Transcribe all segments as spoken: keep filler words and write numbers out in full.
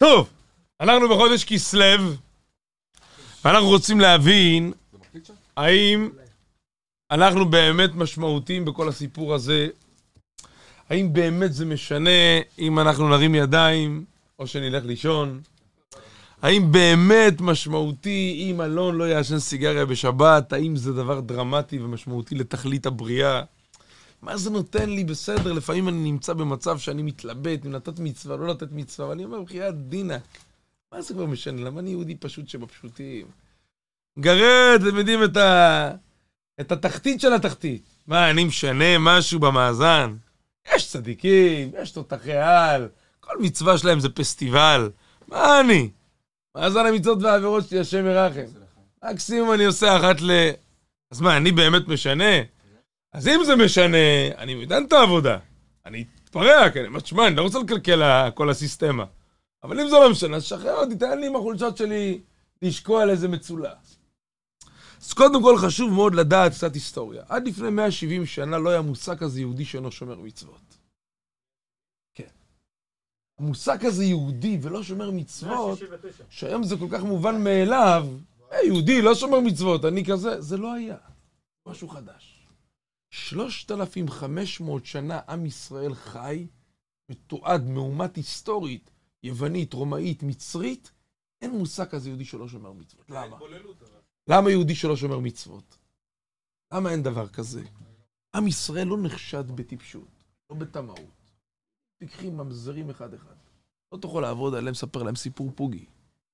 טוב, אנחנו בחודש כסלו, ואנחנו רוצים להבין האם אנחנו באמת משמעותיים בכל הסיפור הזה, האם באמת זה משנה אם אנחנו נרים ידיים או שנלך לישון, האם באמת משמעותי אם אלון לא יעשן סיגריה בשבת, האם זה דבר דרמטי ומשמעותי לתכלית הבריאה, מה זה נותן לי? בסדר, לפעמים אני נמצא במצב שאני מתלבט, אם לתת מצווה, לא לתת מצווה, אבל אני אומר, בחיית דינק, מה זה כבר משנה? למה אני יהודי פשוט שבפשוטים? גרד, אתם יודעים את, ה... את התחתית של התחתית. מה, אני משנה משהו במאזן? יש צדיקים, יש תותחי על, כל מצווה שלהם זה פסטיבל. מה אני? מאזן המצוות והעבירות שלי, השם ירחם. מקסימום אני עושה אחת ל... אז מה, אני באמת משנה? אז אם זה משנה, אני מתן את העבודה. אני אתפרק, אני אומר, שמה, אני לא רוצה לקלקל כל הסיסטמה. אבל אם זה לא משנה, אז שחרר אותי, תן לי עם החולשות שלי לשקוע על איזה מצולה. אז קודם כל חשוב מאוד לדעת קצת היסטוריה. עד לפני מאה ושבעים שנה לא היה מושג כזה יהודי שאינו שומר מצוות. כן. המושג כזה יהודי ולא שומר מצוות, שהיום זה כל כך מובן מאליו, היי, יהודי לא שומר מצוות, אני כזה, זה לא היה. משהו חדש. שלושת אלפים וחמש מאות שנה עם ישראל חי, מתועד מאומת היסטורית, יוונית, רומאית, מצרית, אין מושג כזה יהודי שלא שומר מצוות. למה? למה יהודי שלא שומר מצוות? למה אין דבר כזה? עם ישראל לא נחשד בטיפשות, לא בתמאות. תקחים ממזרים אחד אחד. לא תוכל לעבוד עליהם, ספר להם סיפור פוגי.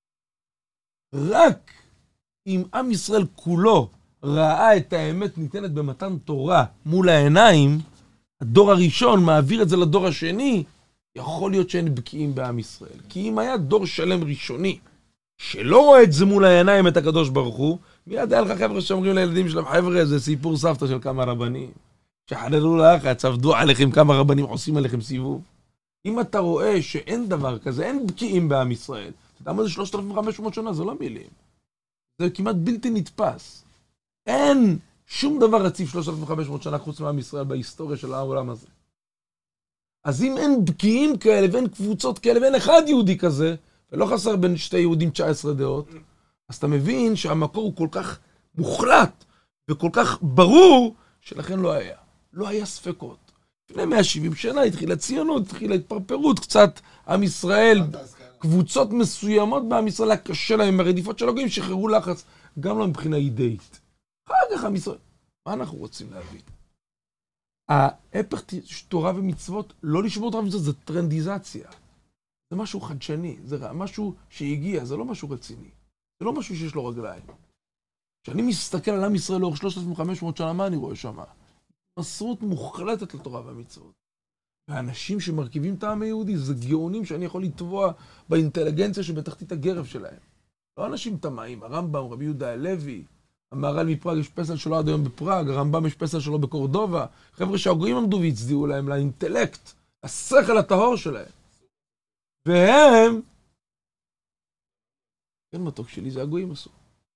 רק אם עם ישראל כולו ראה את האמת ניתנת במתן תורה מול העיניים, הדור הראשון מעביר את זה לדור השני, יכול להיות שאין בקיאים בעם ישראל. כי אם היה דור שלם ראשוני, שלא רואה את זה מול העיניים את הקדוש ברוך הוא, מיד היה לך חבר'ה שאומרים לילדים שלהם, חבר'ה, זה סיפור סבתא של כמה רבנים. שחללו לחץ, עבדו עליכם כמה רבנים, עושים עליכם סיבוב. אם אתה רואה שאין דבר כזה, אין בקיאים בעם ישראל, אתה יודע מה זה שלושת אלפים וחמש מאות שנה, זה לא מילים. זה כמעט בלתי נתפס. אין שום דבר רציף שלושת אלפים וחמש מאות שנה חוץ מעם ישראל בהיסטוריה של העולם הזה. אז אם אין בקיאים כאלה ואין קבוצות כאלה ואין אחד יהודי כזה, ולא חסר בין שתי יהודים תשע עשרה דעות, אז אתה מבין שהמקור הוא כל כך מוחלט וכל כך ברור, שלכן לא היה. לא היה ספקות. לפני מאה ושבעים שנה התחילה ציונות, התחילה התפרפרות קצת, עם ישראל, קבוצות מסוימות בעם ישראל, היה קשה להם עם הרדיפות של הגויים, שחררו לחץ, גם לא מבחינה אידאית. אחר כך עם ישראל, מה אנחנו רוצים להבין? ההפך תורה ומצוות, לא לשמור תורה ומצוות, זה טרנדיזציה. זה משהו חדשני, זה משהו שהגיע, זה לא משהו רציני. זה לא משהו שיש לו רגליים. כשאני מסתכל על עם ישראל לאורך שלושת אלפים וחמש מאות שנה, מה אני רואה שם? מסרות מוחלטת לתורה והמצוות. והאנשים שמרכיבים את העם היהודי, זה גאונים שאני יכול לתבוע באינטליגנציה שבתחתית הגרב שלהם. לא אנשים תמאים, הרמב"ם, רבי יהודה הלוי, המהר"ל מפראג יש פסל שלו עד היום בפראג, הרמב"ם יש פסל שלו בקורדובה, חבר'ה שהגויים עמדו והצדיעו להם לאינטלקט, השכל הטהור שלהם. והם, כן מתוק שלי, זה הגויים עשו.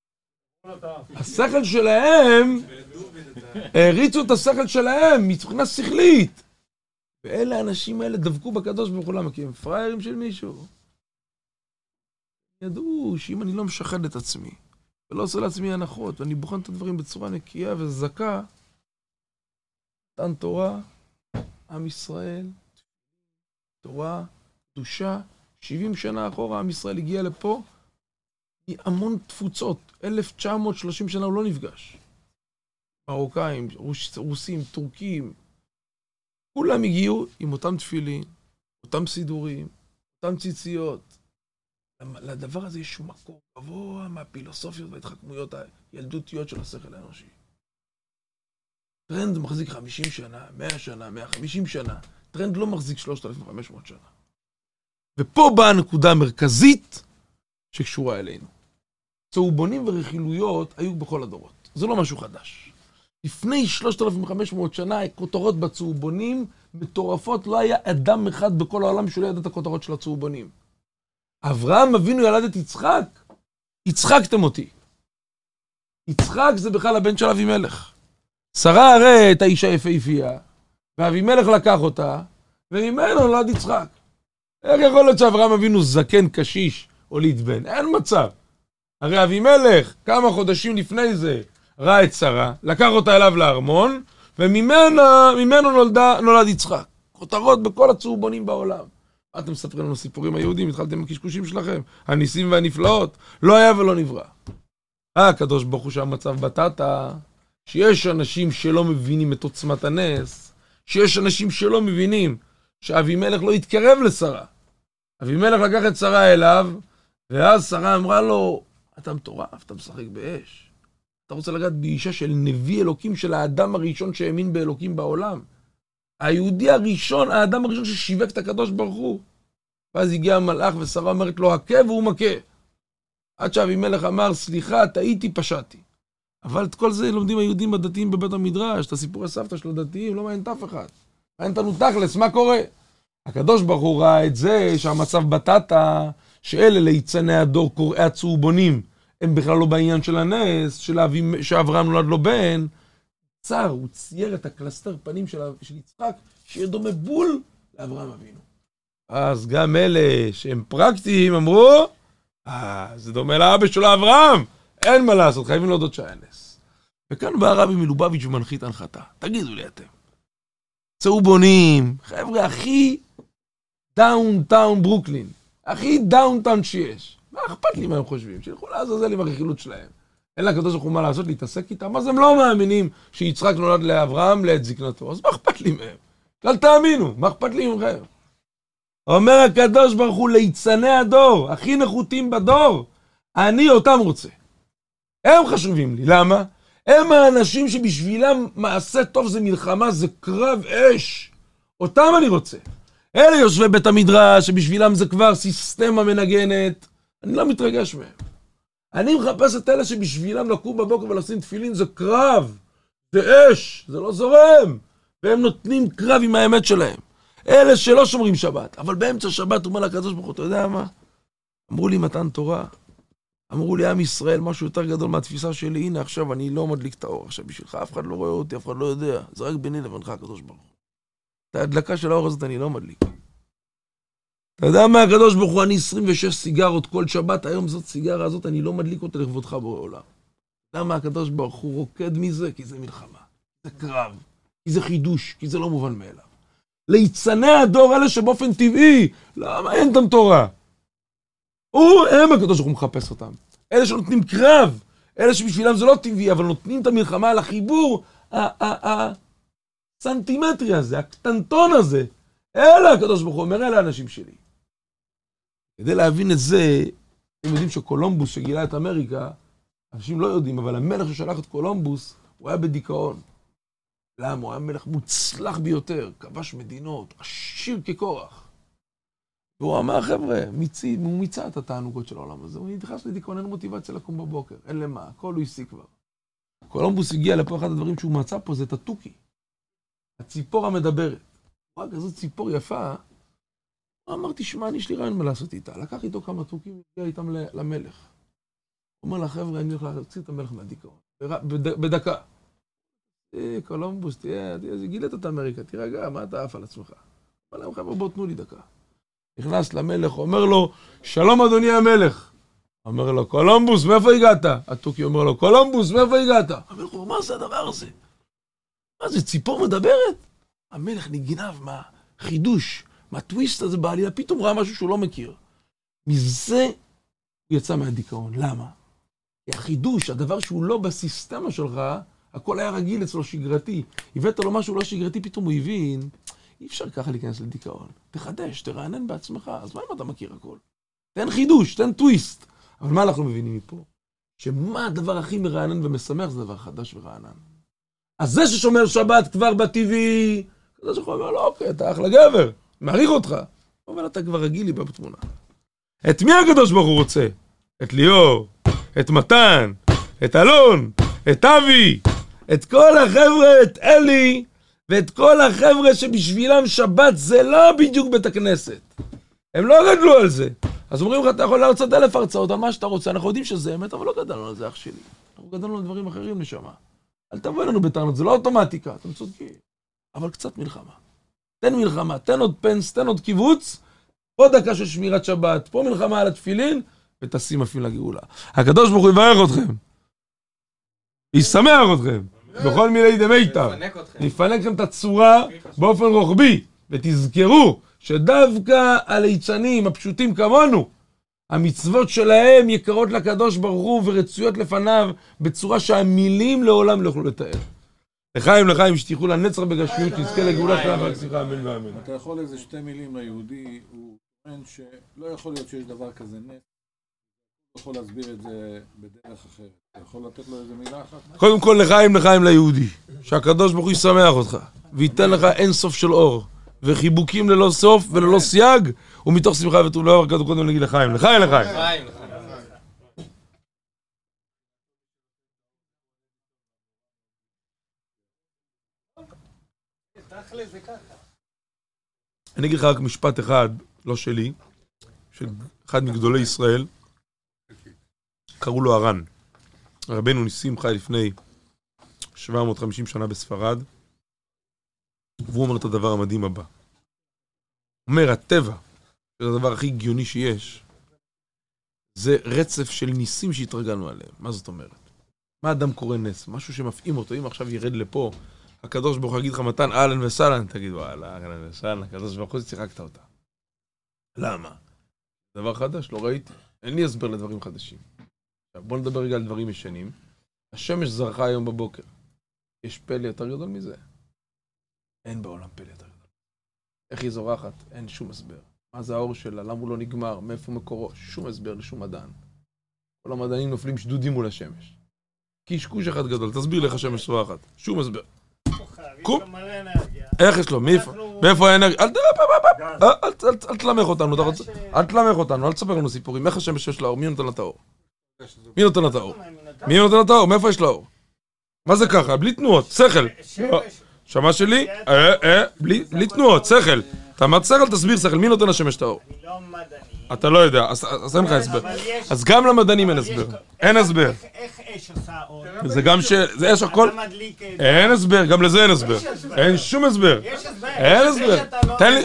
השכל שלהם, הריצו את השכל שלהם, מבחינה שכלית. ואלה האנשים האלה דבקו בקדוש ברוך הוא, כי הם פריירים של מישהו. ידעו שאם אני לא משחד את עצמי, ולא עושה לעצמי הנחות, ואני בוחן את הדברים בצורה נקייה וזכה, מתן תורה, עם ישראל, תורה, קדושה, שבעים שנה אחורה, עם ישראל הגיע לפה, המון תפוצות, אלף תשע מאות ושלושים שנה הוא לא נפגש. מרוקאים, רוס, רוסים, טורקים, כולם הגיעו עם אותם תפילין, אותם סידורים, אותם ציציות. לדבר הזה יש מקור גבוה מהפילוסופיות וההתחכמויות הילדותיות של השכל האנושי. טרנד מחזיק חמישים שנה, מאה שנה, מאה וחמישים שנה. טרנד לא מחזיק שלושת אלפים וחמש מאות שנה. ופה באה הנקודה המרכזית שקשורה אלינו. צהובונים ורכילויות היו בכל הדורות. זה לא משהו חדש. לפני שלושת אלפים וחמש מאות שנה, הכותרות בצהובונים מטורפות, לא היה אדם אחד בכל העולם שלא ידע את הכותרות של הצהובונים. אברהם אבינו ילד את יצחק, יצחקתם אותי. יצחק זה בכלל הבן של אבימלך. שרה הרי את האישה יפהפייה, ואבימלך לקח אותה, וממנו נולד יצחק. איך יכול להיות שאברהם אבינו זקן קשיש או להתבן? אין מצב. הרי אבימלך, כמה חודשים לפני זה, ראה את שרה, לקח אותה אליו לארמון, וממנו נולדה, נולד יצחק. כותרות בכל הצהובונים בעולם. מה אתם מספרים לנו סיפורים היהודים? התחלתם עם הקשקושים שלכם. הניסים והנפלאות. לא היה ולא נברא. אה, הקדוש ברוך הוא שהמצב בטטה, שיש אנשים שלא מבינים את עוצמת הנס, שיש אנשים שלא מבינים שאבימלך לא התקרב לשרה. אבימלך לקח את שרה אליו, ואז שרה אמרה לו, אתה מטורף, אתה משחק באש. אתה רוצה לגעת באישה של נביא אלוקים, של האדם הראשון שהאמין באלוקים בעולם. היהודי הראשון, האדם הראשון ששיווק את הקדוש ברוך הוא. ואז הגיע המלאך ושרה אומרת לו, הכה והוא מכה. עד שאבימלך אמר, סליחה, טעיתי, פשעתי. אבל את כל זה לומדים היהודים הדתיים בבית המדרש, את הסיפור הסבתא של הדתיים, לא מעניין את אף אחד. מעניין אותנו תכלס, מה קורה? הקדוש ברוך הוא ראה את זה שהמצב בטטה, שאלה ליצני הדור קוראי הצהובונים, הם בכלל לא בעניין של הנס, של אבימ... שאברהם נולד לו בן, צר, הוא צייר את הקלסטר פנים של, של יצחק, שיהיה דומה בול לאברהם אבינו. אז גם אלה שהם פרקטיים אמרו, אה, זה דומה לאבא שלו אברהם, אין מה לעשות, חייבים להודות שהיה נס. וכאן בא הרבי מלובביץ' ומנחית הנחתה, תגידו לי אתם. צהובונים, חבר'ה הכי דאונטאון ברוקלין, הכי דאונטאון שיש. מה אכפת לי מה הם חושבים? שילכו לעזאזל עם הרכילות שלהם. אין לקדוש ברוך הוא מה לעשות, להתעסק איתם, אז הם לא מאמינים שיצחק נולד לאברהם לעת זקנתו. אז מה אכפת לי מהם? כלל תאמינו, מה אכפת לי ממכם? אומר הקדוש ברוך הוא ליצני הדור, הכי נחותים בדור, אני אותם רוצה. הם חשובים לי, למה? הם האנשים שבשבילם מעשה טוב זה מלחמה, זה קרב אש. אותם אני רוצה. אלה יושבי בית המדרש שבשבילם זה כבר סיסטמה מנגנת, אני לא מתרגש מהם. אני מחפש את אלה שבשבילם לקום בבוקר ולשים תפילין, זה קרב, זה אש, זה לא זורם. והם נותנים קרב עם האמת שלהם. אלה שלא שומרים שבת, אבל באמצע שבת הוא אומר לקדוש ברוך הוא, אתה יודע מה? אמרו לי מתן תורה, אמרו לי עם ישראל, משהו יותר גדול מהתפיסה שלי, הנה עכשיו אני לא מדליק את האור, עכשיו בשבילך אף אחד לא רואה אותי, אף אחד לא יודע, זה רק ביני לבינך הקדוש ברוך הוא. את ההדלקה של האור הזאת אני לא מדליק. אתה יודע מה הקדוש ברוך הוא, אני עשרים ושש סיגרות כל שבת, היום זאת סיגרה הזאת, אני לא מדליק אותה לכבודך בעולם. למה הקדוש ברוך הוא רוקד מזה? כי זה מלחמה, זה קרב, כי זה חידוש, כי זה לא מובן מאליו. ליצני הדור אלה שבאופן טבעי, לא מעניין אותם תורה. הוא, הם הקדוש ברוך הוא מחפש אותם. אלה שנותנים קרב, אלה שבשבילם זה לא טבעי, אבל נותנים את המלחמה על החיבור, הסנטימטרי הזה, הקטנטון הזה. אלה הקדוש ברוך הוא אומר, אלה האנשים שלי. כדי להבין את זה, הם יודעים שקולומבוס שגילה את אמריקה, אנשים לא יודעים, אבל המלך ששלח את קולומבוס, הוא היה בדיכאון. למה? הוא היה מלך מוצלח ביותר, כבש מדינות, עשיר כקורח. והוא אמר, חבר'ה, מיצי, הוא מיצה את התענוגות של העולם הזה, הוא נדחס לדיכאון, אין מוטיבציה לקום בבוקר, אין למה, הכל הוא השיג כבר. קולומבוס הגיע לפה, אחד הדברים שהוא מצא פה זה את הטוקי, הציפור המדברת. רק כזאת ציפור יפה, הוא אמר, תשמע, אני יש לי רעיון מה לעשות איתה. לקח איתו כמה טוקים, הגיע איתם למלך. הוא אומר לחבר'ה, אני הולך להוציא את המלך מהדיכאון, בדקה. קולומבוס, תהיה, תהיה, גילת את אמריקה, תירגע, מה אתה עף על עצמך? אבל להם חבר'ה, בוא תנו לי דקה. נכנס למלך, אומר לו, שלום אדוני המלך. אומר לו, קולומבוס, מאיפה הגעת? הטוקי אומר לו, קולומבוס, מאיפה הגעת? המלך אומר, מה זה הדבר הזה? מה זה, ציפור מדברת? המלך נגנב מהחידוש, מהטוויסט הזה בעלילה, פתאום ראה משהו שהוא לא מכיר. מזה הוא יצא מהדיכאון. למה? החידוש, הדבר שהוא לא בסיסטמה שלך, הכל היה רגיל אצלו שגרתי. הבאת לו משהו לא שגרתי, פתאום הוא הבין, אי אפשר ככה להיכנס לדיכאון. תחדש, תרענן בעצמך, אז מה אם אתה מכיר הכל? תן חידוש, תן טוויסט. אבל מה אנחנו מבינים מפה? שמה הדבר הכי מרענן ומשמח זה דבר חדש ורענן. אז זה ששומר שבת כבר בטבעי, זה שחור אומר, לא, אוקיי, אתה אחלה גבר, מעריך אותך. אבל אתה כבר רגיל לי בתמונה. את מי הקדוש ברוך הוא רוצה? את ליאור, את מתן, את אלון, את אבי, את כל החבר'ה, את אלי, ואת כל החבר'ה שבשבילם שבת זה לא בדיוק בית הכנסת. הם לא גדלו על זה. אז אומרים לך, אתה יכול להרצות אלף הרצאות על מה שאתה רוצה, אנחנו יודעים שזה אמת, אבל לא גדלנו על זה, אח שלי. אנחנו גדלנו על דברים אחרים נשמה. אל תבוא לנו בטענות, זה לא אוטומטיקה, אתם צודקים. אבל קצת מלחמה. תן מלחמה, תן עוד פנס, תן עוד קיבוץ, פה דקה של שמירת שבת, פה מלחמה על התפילין, ותשים אפילו לגאולה. הקדוש ברוך הוא יברך אתכם. ישמח אתכם. בכל מיני דמיתר. יפנק לכם את הצורה באופן רוחבי. ותזכרו שדווקא הליצנים הפשוטים כמונו, המצוות שלהם יקרות לקדוש ברוך הוא ורצויות לפניו בצורה שהמילים לעולם לא יוכלו לתאר. לחיים לחיים שתיכו לנצח בגשמיות, שתזכה לגאולה שלנו ורק שמחה אמן ואמן. אתה יכול איזה שתי מילים ליהודי, הוא טוען שלא יכול להיות שיש דבר כזה נס, הוא יכול להסביר את זה בדרך אחרת. אתה יכול לתת לו איזה מילה אחת? קודם כל לחיים לחיים ליהודי, שהקדוש ברוך הוא ישמח אותך וייתן לך אין סוף של אור וחיבוקים ללא סוף וללא סייג, ומתוך שמחה וטוב לבב. קודם קודם נגיד לחיים לחיים לחיים. אני אגיד לך רק משפט אחד, לא שלי, של אחד מגדולי ישראל, קראו לו הר"ן. רבנו ניסים חי לפני שבע מאות וחמישים שנה בספרד, והוא אומר את הדבר המדהים הבא. הוא אומר, הטבע, זה הדבר הכי הגיוני שיש, זה רצף של ניסים שהתרגלנו עליהם. מה זאת אומרת? מה אדם קורא נס? משהו שמפעים אותו. אם עכשיו ירד לפה, הקדוש ברוך הוא יגיד לך מתן אהלן וסהלן, תגיד וואלה, אהלן וסהלן, הקדוש ברוך הוא שיחקת אותה. למה? דבר חדש, לא ראיתי. אין לי הסבר לדברים חדשים. עכשיו בוא נדבר רגע על דברים ישנים. השמש זרחה היום בבוקר. יש פלא יותר גדול מזה? אין בעולם פלא יותר גדול. איך היא זורחת? אין שום הסבר. מה זה האור שלה? למה הוא לא נגמר? מאיפה מקורו? שום הסבר לשום מדען. כל המדענים נופלים שדודים מול השמש. קשקוש אחד גדול, תסביר לך שמש זורחת. שום הסבר. קום. איך יש לו? מאיפה האנרגיה? אל תלמך אותנו, אל תלמך אותנו, אל תספר לנו סיפורים. איך השמש יש לה אור? מי נותן לה את האור? מי נותן לה את האור? מי נותן לה את האור? מאיפה יש לה אור? מה זה ככה? בלי תנועות, שכל. שמה שלי? אה, אה, בלי תנועות, שכל. אתה אמרת שכל, תסביר שכל. מי נותן לשמש את האור? אני לא מדעני. אתה לא יודע, אז אין לך הסבר. אז גם למדענים אין הסבר. אין הסבר. איך אש עושה אור? זה גם ש... זה אש הכל... אין הסבר, גם לזה אין הסבר. אין שום הסבר. אין הסבר. תן לי...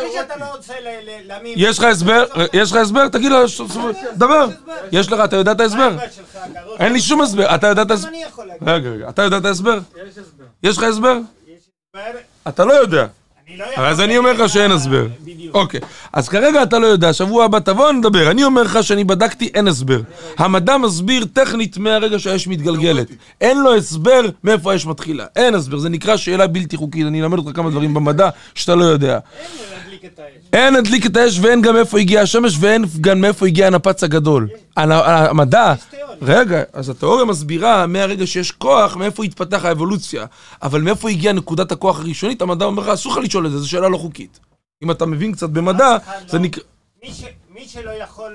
יש לך הסבר? יש לך הסבר? תגיד לו... דבר. יש לך, אתה יודע את ההסבר? אין לי שום הסבר. אתה יודע את ההסבר? רגע, רגע. אתה יודע את ההסבר? יש לך הסבר? אתה לא יודע. אז אני אומר לך שאין הסבר. אוקיי, אז כרגע אתה לא יודע, שבוע הבא תבוא נדבר. אני אומר לך שאני בדקתי, אין הסבר. המדע מסביר טכנית מהרגע שהאש מתגלגלת. אין לו הסבר מאיפה האש מתחילה. אין הסבר, זה נקרא שאלה בלתי חוקית. אני אלמד אותך כמה דברים במדע שאתה לא יודע. אין להדליק את האש ואין גם מאיפה הגיעה השמש ואין גם מאיפה הגיע הנפץ הגדול. המדע, רגע, אז התיאוריה מסבירה מהרגע שיש כוח, מאיפה התפתח האבולוציה. אבל מאיפה הגיעה נקודת הכוח הראשונית, המדע אומר לך, אסור לך לשאול את זה, זו שאלה לא חוקית. אם אתה מבין קצת במדע, זה נקרא... מי שלא יכול...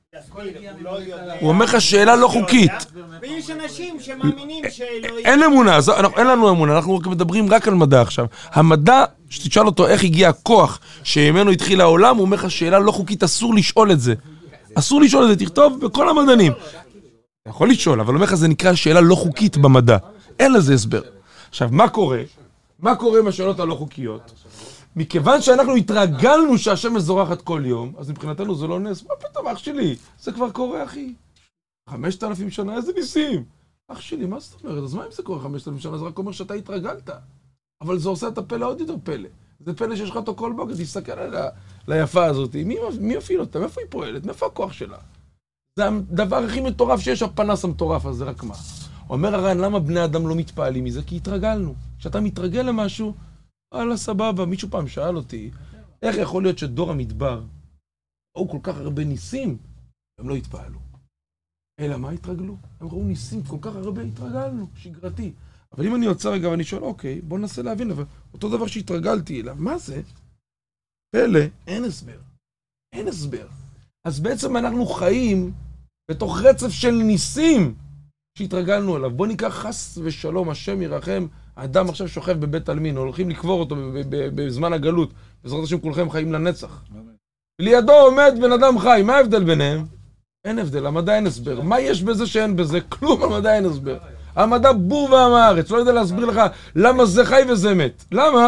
הוא אומר לך שאלה לא חוקית. ויש אנשים שמאמינים שלא... אין אמונה, אין לנו אמונה, אנחנו מדברים רק על מדע עכשיו. המדע, שתשאל אותו איך הגיע הכוח שממנו התחיל העולם, הוא אומר לך שאלה לא חוקית, אסור לשאול את זה. אסור לשאול את זה, תכתוב בכל המדענים. אתה יכול לשאול, אבל הוא אומר לך זה נקרא שאלה לא חוקית במדע. אין לזה הסבר. עכשיו, מה קורה? מה קורה עם השאלות הלא חוקיות? מכיוון שאנחנו התרגלנו שהשמש זורחת כל יום, אז מבחינתנו זה לא נס. מה פתאום, אח שלי? זה כבר קורה, אחי. חמשת אלפים שנה, איזה ניסים. אח שלי, מה זאת אומרת? אז מה אם זה קורה חמשת אלפים שנה? זה רק אומר שאתה התרגלת. אבל זה עושה את הפלא עוד יותר פלא. זה פלא שיש לך אותו כל בוקר, תסתכל עליה, ליפה הזאת. מי, מי יפעיל אותה? מאיפה היא פועלת? מאיפה הכוח שלה? זה הדבר הכי מטורף שיש, הפנס המטורף הזה, רק מה? אומר הר"ן, למה בני אדם לא מתפעלים מזה? כי התרגלנו. כשאתה מתרגל למשהו, וואלה, סבבה, מישהו פעם שאל אותי, איך יכול להיות שדור המדבר, ראו כל כך הרבה ניסים, הם לא התפעלו. אלא מה התרגלו? הם ראו ניסים, כל כך הרבה התרגלנו, שגרתי. אבל אם אני יוצא רגע ואני שואל, אוקיי, בוא ננסה להבין, אבל אותו דבר שהתרגלתי אליו, מה זה? פלא, אין הסבר. אין הסבר. אז בעצם אנחנו חיים בתוך רצף של ניסים שהתרגלנו אליו. בוא ניקח חס ושלום, השם ירחם, האדם עכשיו שוכב בבית עלמין, הולכים לקבור אותו בזמן הגלות, בעזרת השם כולכם חיים לנצח. לידו עומד בן אדם חי, מה ההבדל ביניהם? אין הבדל, המדע אין הסבר. מה יש בזה שאין בזה? כלום, המדע אין הסבר. המדע בור ועם הארץ, לא יודע להסביר לך למה זה חי וזה מת. למה?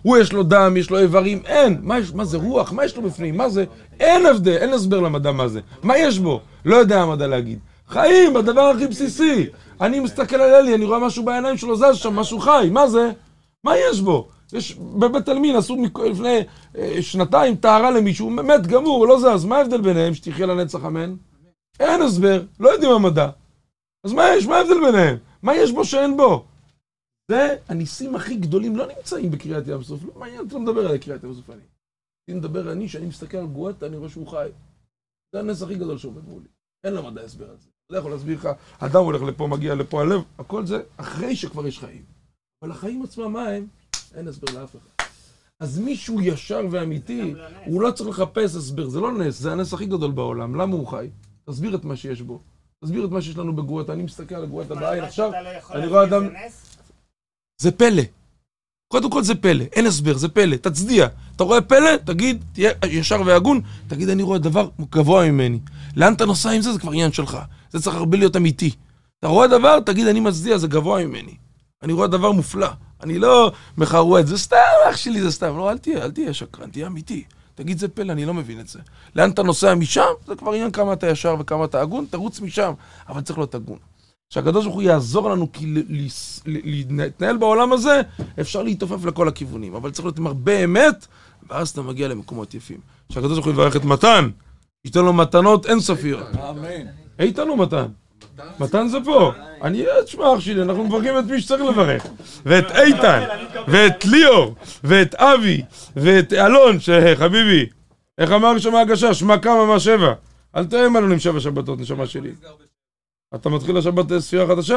הוא יש לו דם, יש לו איברים, אין. מה, יש, מה זה רוח? מה יש לו בפנים? מה זה? אין הבדל, אין הסבר למדע מה זה. מה יש בו? לא יודע המדע להגיד. חיים, הדבר הכי בסיסי. אני מסתכל על אלי, אני רואה משהו בעיניים שלו זז שם, משהו חי. מה זה? מה יש בו? יש בבית עלמין, עשו לפני אה, שנתיים טהרה למישהו, מת גמור, לא זז. מה ההבדל ביניהם? שתחיה לנצח אמן? אין הסבר, לא יודעים המדע. אז מה יש? מה ההבדל ביניהם? מה יש בו שאין בו? זה הניסים הכי גדולים לא נמצאים בקריאת ים סוף. לא מעניין, אתה לא מדבר על קריאת ים סוף אני. אני מדבר אני, שאני מסתכל על גואטה, אני רואה שהוא חי. זה הנס הכי גדול שעומד מולי. אין למדע הסבר על זה. אתה יכול להסביר לך, אדם הולך לפה, מגיע לפה, הלב, הכל זה אחרי שכבר יש חיים. אבל החיים עצמם, מה הם? אין הסבר לאף אחד. אז מישהו ישר ואמיתי, הוא לא צריך לחפש הסבר, זה לא נס, זה הנס הכי גדול בעולם. למה הוא חי? תסביר את מה שיש בו. תסביר את מה שיש לנו בגואטה. אני מסתכל על גואטה בעין עכשיו, אני רואה אדם... זה פלא. קודם כל זה פלא, אין הסבר, זה פלא, תצדיע. אתה רואה פלא, תגיד, תהיה ישר והגון, תגיד, אני רואה דבר גבוה ממני. לאן אתה נוסע עם זה? זה כבר עניין שלך. זה צריך הרבה להיות אמיתי. אתה רואה דבר, תגיד, אני מצדיע, זה גבוה ממני. אני רואה דבר מופלא. אני לא מחרואט, זה סתם, אח שלי, זה סתם. לא, אל תהיה, אל תהיה שקרן, תהיה אמיתי. תגיד, זה פלא, אני לא מבין את זה. לאן אתה נוסע משם? זה כבר עניין כמה אתה ישר וכמה אתה הגון, תרוץ משם, אבל צריך להיות הגון. שהקדוש ברוך הוא יעזור לנו, כי להתנהל בעולם הזה, אפשר להתעופף לכל הכיוונים, אבל צריך להיות עם הרבה אמת, ואז אתה מגיע למקומות יפים. שהקדוש ברוך הוא יברך את מתן, ייתן לו מתנות אינסופיות. אמן. איתן הוא מתן. מתן זה פה. אני, תשמע אח שלי, אנחנו מברכים את מי שצריך לברך. ואת איתן, ואת ליאור, ואת אבי, ואת אלון, שחביבי, איך אמר שם ההגשה, שמע כמה מה שבע. אל תאם לנו עם שבע שבתות, נשמה שלי. אתה מתחיל לשבת ספירה חדשה?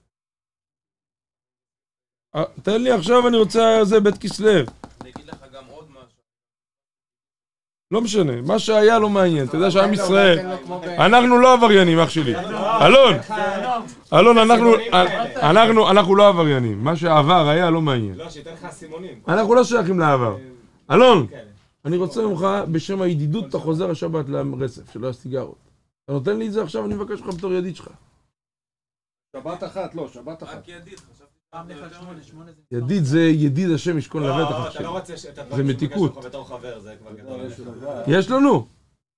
תן לי עכשיו, אני רוצה זה בית כסלו. אני אגיד לך גם עוד משהו. לא משנה, מה שהיה לא מעניין. אתה יודע שעם ישראל, אנחנו לא עבריינים, אח שלי. אלון, אלון, אנחנו אנחנו לא עבריינים. מה שעבר היה לא מעניין. לא, שייתן לך סימונים. אנחנו לא שייכים לעבר. אלון, אני רוצה ממך בשם הידידות, אתה חוזר השבת לרצף, שלא יש סיגרות. אתה נותן לי את זה עכשיו, אני מבקש לך בתור ידיד שלך. שבת אחת, לא, שבת אחת. רק ידיד, חשבתי. ידיד זה ידיד השם ישכון לבטח לא, אתה עכשיו. לא רוצה את זה הדברים מתיקות. שבקש לך בתור חבר, זה כבר גדול. יש לנו?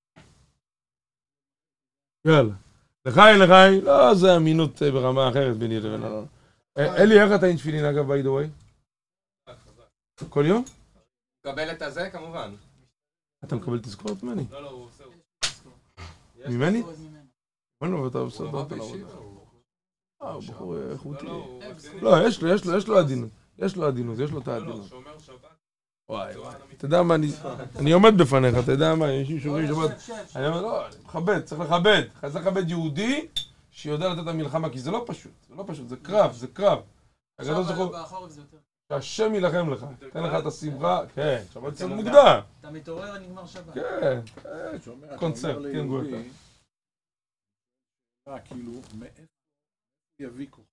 יאללה. לחי, לחי. לא, זה אמינות ברמה אחרת ביני לבין אלון. אלי, איך אתה עם תפילין אגב, by the way? כל יום? קבל את הזה, כמובן. אתה מקבל תזכורת ממני? לא, לא, הוא עושה. ממני? ממנו, ואתה עושה הוא אותו אמר לעבודה. בישיבה, הוא... אה, הוא בחור איכותי. לא, הוא רציני. לא, יש לו, יש לו, יש לו עדינות. יש לו עדינות, יש לו את לא, העדינות. שומר שבת. וואי וואי. אתה יודע מה, אני אני עומד בפניך, אתה יודע מה, אנשים שומרים שבת. אני אומר, לא, מכבד, צריך לכבד. צריך לכבד יהודי שיודע לתת את המלחמה, כי זה לא פשוט. זה לא פשוט, זה קרב, זה קרב. שהשם ילחם לך, תן לך את השמחה, כן, שבת קצת מוקדם. אתה מתעורר ונגמר שבת. כן, שומע, קונצרט, אתה אומר כן, ליהודי, גואטה. אה, כאילו, מאיפה יביא כוח?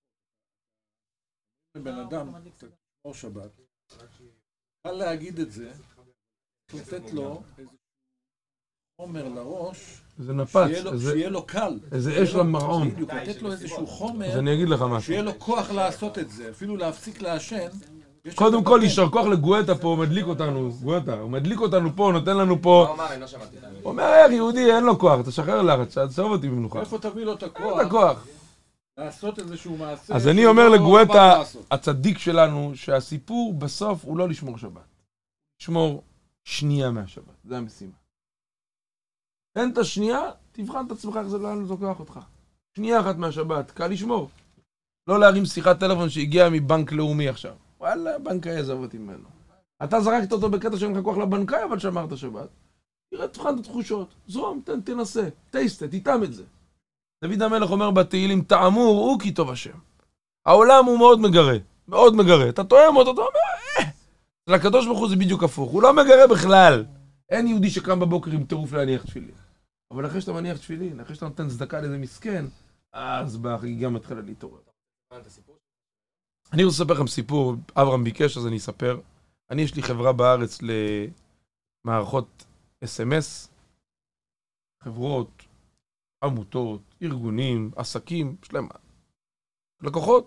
בן אדם, תשמור שבת, קל להגיד את זה, לתת לו איזה חומר לראש, זה נפץ, שיהיה לו קל. איזה אש למרעום. בדיוק, לתת לו איזשהו חומר, אז אני אגיד לך משהו. שיהיה לו כוח לעשות את זה, אפילו להפסיק לעשן. קודם כל, יישר כוח לגואטה פה, הוא מדליק אותנו, גואטה, הוא מדליק אותנו פה, נותן לנו פה. מה הוא אמר? אני לא שמעתי. הוא אומר, איך יהודי, אין לו כוח, תשחרר לחץ, תעזוב אותי במנוחה. איפה תביא לו את אין הכוח? את הכוח. לעשות איזשהו מעשה. אז אני שהוא אומר לא בא לגואטה, לעשות. הצדיק שלנו, שהסיפור בסוף הוא לא לשמור שבת. לשמור שנייה מהשבת, זה המשימה. אין את השנייה, תבחן את עצמך איך זה לאן לוקח אותך. שנייה אחת מהשבת, קל לשמור. לא להרים שיחת טלפון שהגיעה מבנק לאומי עכשיו. וואלה, בנקאי עזב אותי ממנו. אתה זרקת אותו בקטע שאין לך כוח לבנקאי, אבל שמרת שבת. תראה, תבחן את התחושות. זרום, תן, תנסה. טייסט, תיתם את זה. דוד המלך אומר בתהילים, תאמור הוא כי טוב השם. העולם הוא מאוד מגרה, מאוד מגרה. אתה תואם אותו, אתה אומר, אה. לקדוש ברוך הוא זה בדיוק הפוך. הוא לא מגרה בכלל. אין יהודי שקם בבוקר עם טירוף להניח תפילין. אבל אחרי שאתה מניח תפילין, אחרי שאתה נותן צדקה לאיזה מסכן, אז בחגיגה מתחילה להתעורר. אני רוצה לספר לכם סיפור, אברהם ביקש, אז אני אספר. אני, יש לי חברה בארץ למערכות אס אם אס, חברות, עמותות, ארגונים, עסקים, יש להם לקוחות,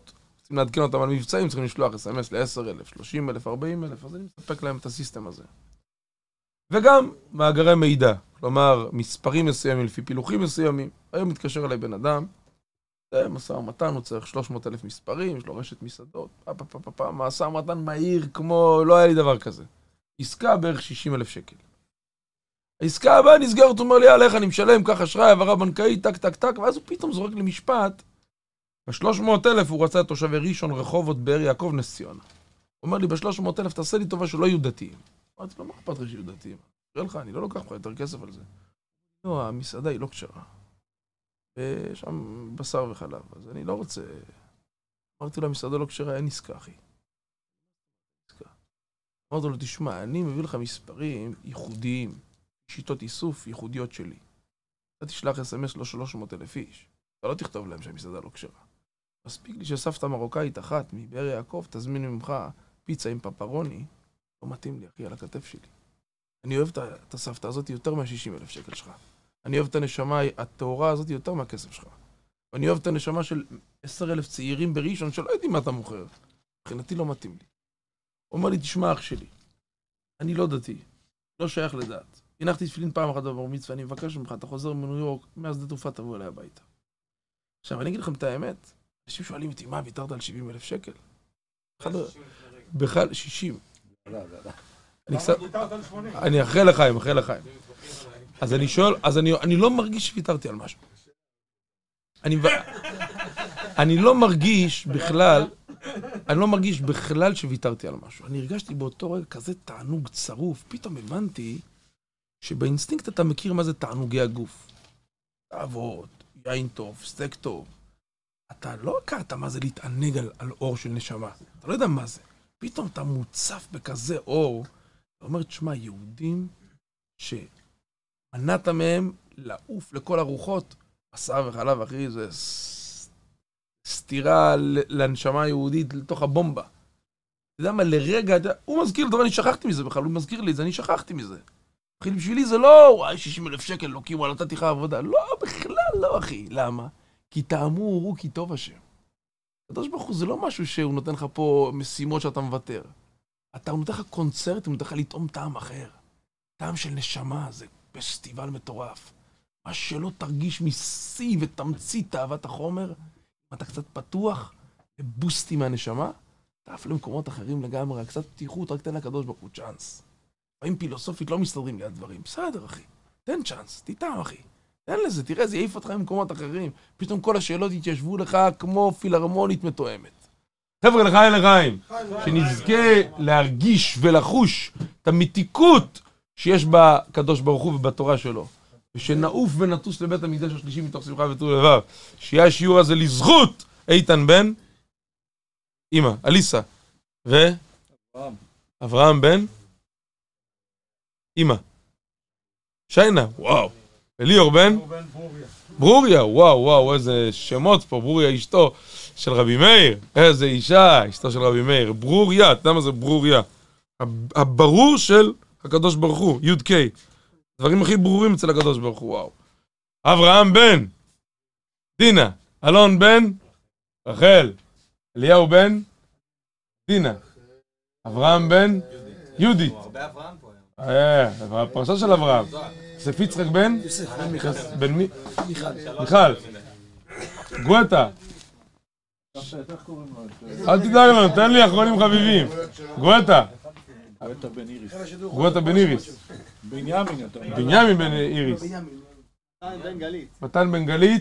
רוצים לעדכן אותם על מבצעים, צריכים לשלוח אס אם אס ל-עשרת אלפים, שלושים אלף, ארבעים אלף, אז אני מספק להם את הסיסטם הזה. וגם מאגרי מידע, כלומר, מספרים מסוימים לפי פילוחים מסוימים. היום מתקשר אליי בן אדם, זה משא ומתן, הוא צריך שלוש מאות אלף מספרים, יש לו רשת מסעדות, פה פה פה פה פה, משא ומתן מהיר כמו, לא היה לי דבר כזה. עסקה בערך שישים אלף שקל. העסקה הבאה נסגרת, הוא אומר לי, איך אני משלם, כך אשראי, העברה בנקאית, טק טק טק, ואז הוא פתאום זורק לי משפט, ב-שלוש מאות אלף הוא רצה את תושבי ראשון, רחובות, באר יעקב, נס ציונה. הוא אומר לי, ב-שלוש מאות אלף תעשה לי טובה שלא יהיו דתיים. אמרתי לו, מה אכפת לי שיהיו דתיים? תראה לך, אני לא לוקח לך יותר כסף על זה. לא, המסעדה היא לא כשרה. ושם בשר וחלב, אז אני לא רוצה... אמרתי לו, המסעדה לא כשרה, אין עסקה, אחי. אמרתי לו, תשמע, אני מביא לך מספרים ייחודיים, שיטות איסוף ייחודיות שלי. אתה תשלח אס אם אס לא שלוש מאות אלף איש. אתה לא תכתוב להם שהמסעדה לא כשרה. מספיק לי שסבתא מרוקאית אחת מבאר יעקב, תזמין ממך פיצה עם פפרוני, לא מתאים לי, אחי, על הכתף שלי. אני אוהב את הסבתא הזאת יותר מה-שישים אלף שקל שלך. אני אוהב את הנשמה התאורה הזאת יותר מהכסף שלך. ואני אוהב את הנשמה של עשרת אלפים צעירים בראשון שלא יודעים מה אתה מוכר. מבחינתי לא מתאים לי. הוא אומר לי, תשמע אח שלי, אני לא דתי, לא שייך לדת. הנחתי תפילין פעם אחת בבר מצווה, אני מבקש ממך, אתה חוזר מניו יורק, מהשדה תעופה תבוא אליי הביתה. עכשיו, אני אגיד לכם את האמת, אנשים שואלים אותי, מה, ויתרת על שבעים אלף שקל? בכלל, שישים. אני אחרי לחיים, אחרי לחיים. אז אני שואל, אז אני לא מרגיש שוויתרתי על משהו. אני לא מרגיש בכלל, אני לא מרגיש בכלל שוויתרתי על משהו. אני הרגשתי באותו רגע כזה תענוג צרוף, פתאום הבנתי שבאינסטינקט אתה מכיר מה זה תענוגי הגוף. תאוות, יין טוב, סטייק טוב. אתה לא הכרת מה זה להתענג על, על אור של נשמה. אתה לא יודע מה זה. פתאום אתה מוצף בכזה אור. אתה אומר, תשמע, יהודים שמנעת מהם לעוף לכל הרוחות, בשר וחלב, אחי, זה ס... סתירה לנשמה היהודית לתוך הבומבה. אתה יודע מה, לרגע, אתה... הוא מזכיר לי, אני שכחתי מזה בכלל, הוא מזכיר לי את זה, אני שכחתי מזה. אחי, בשבילי זה לא, וואי, שישים אלף שקל, לא קימו, נתתי לך עבודה. לא, בכלל לא, אחי. למה? כי טעמו וראו כי טוב השם. הקדוש ברוך הוא זה לא משהו שהוא נותן לך פה משימות שאתה מוותר. אתה נותן לך קונצרט, הוא נותן לך לטעום טעם אחר. טעם של נשמה, זה פסטיבל מטורף. מה שלא תרגיש מסי ותמצית תאוות החומר, אם אתה קצת פתוח, לבוסטי מהנשמה, אתה אף למקומות אחרים לגמרי, קצת פתיחות, רק תן לקדוש ברוך הוא צ'אנס. פעמים פילוסופית לא מסתדרים לי הדברים. בסדר, אחי. תן צ'אנס, תטעם, אחי. תן לזה, תראה, זה יעיף אותך ממקומות אחרים. פתאום כל השאלות יתיישבו לך כמו פילהרמונית מתואמת. חבר'ה, לחיים לחיים, שנזכה להרגיש ולחוש את המתיקות שיש בקדוש ברוך הוא ובתורה שלו. ושנעוף ונטוס לבית המקדש השלישי מתוך שמחה וטוב לבב. שיהיה השיעור הזה לזכות איתן בן, אמא, אליסה, ו... אברהם. אברהם בן? אמא. שיינה, וואו. אליאור בן? ברוריה. ברוריה, וואו, וואו, איזה שמות פה. ברוריה אשתו של רבי מאיר. איזה אישה, אשתו של רבי מאיר. ברוריה, אתה יודע מה זה ברוריה? הברור של הקדוש ברוך הוא, יוד קיי. דברים הכי ברורים אצל הקדוש ברוך הוא, וואו. אברהם בן, דינה. אלון בן, רחל. אליהו בן, דינה. אברהם בן, יהודית. הרבה אברהם פה. אה, הפרשה של אברהם. יוסף יצחק בן? בן מי? מיכל. מיכל. גואטה. אל תדאג לנו, תן לי אחרונים חביבים. גואטה. גואטה בן איריס. גואטה בן איריס. בנימין אתה אומר. בנימין בן איריס. מתן בן גלית. מתן בן גלית.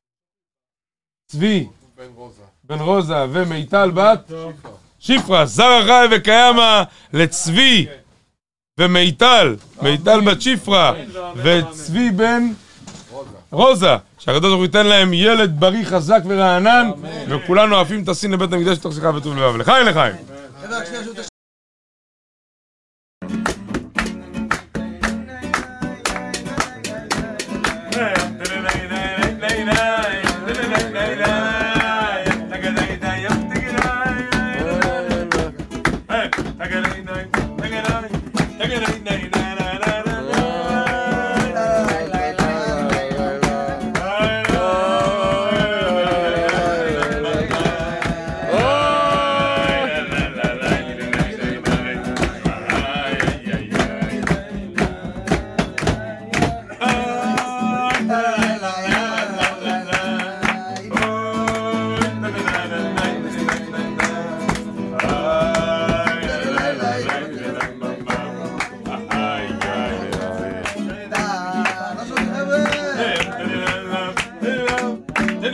צבי. בן רוזה ומיטל בת. שפרה. זרע חי וקיימה לצבי. ומיטל, מיטל בת שפרה, וצבי בן רוזה, שהקדוש ברוך הוא ייתן להם ילד בריא חזק ורענן, וכולנו אוהבים את הסין לבית המקדש תוך שמחה וטוב לבב. לחיים לחיים.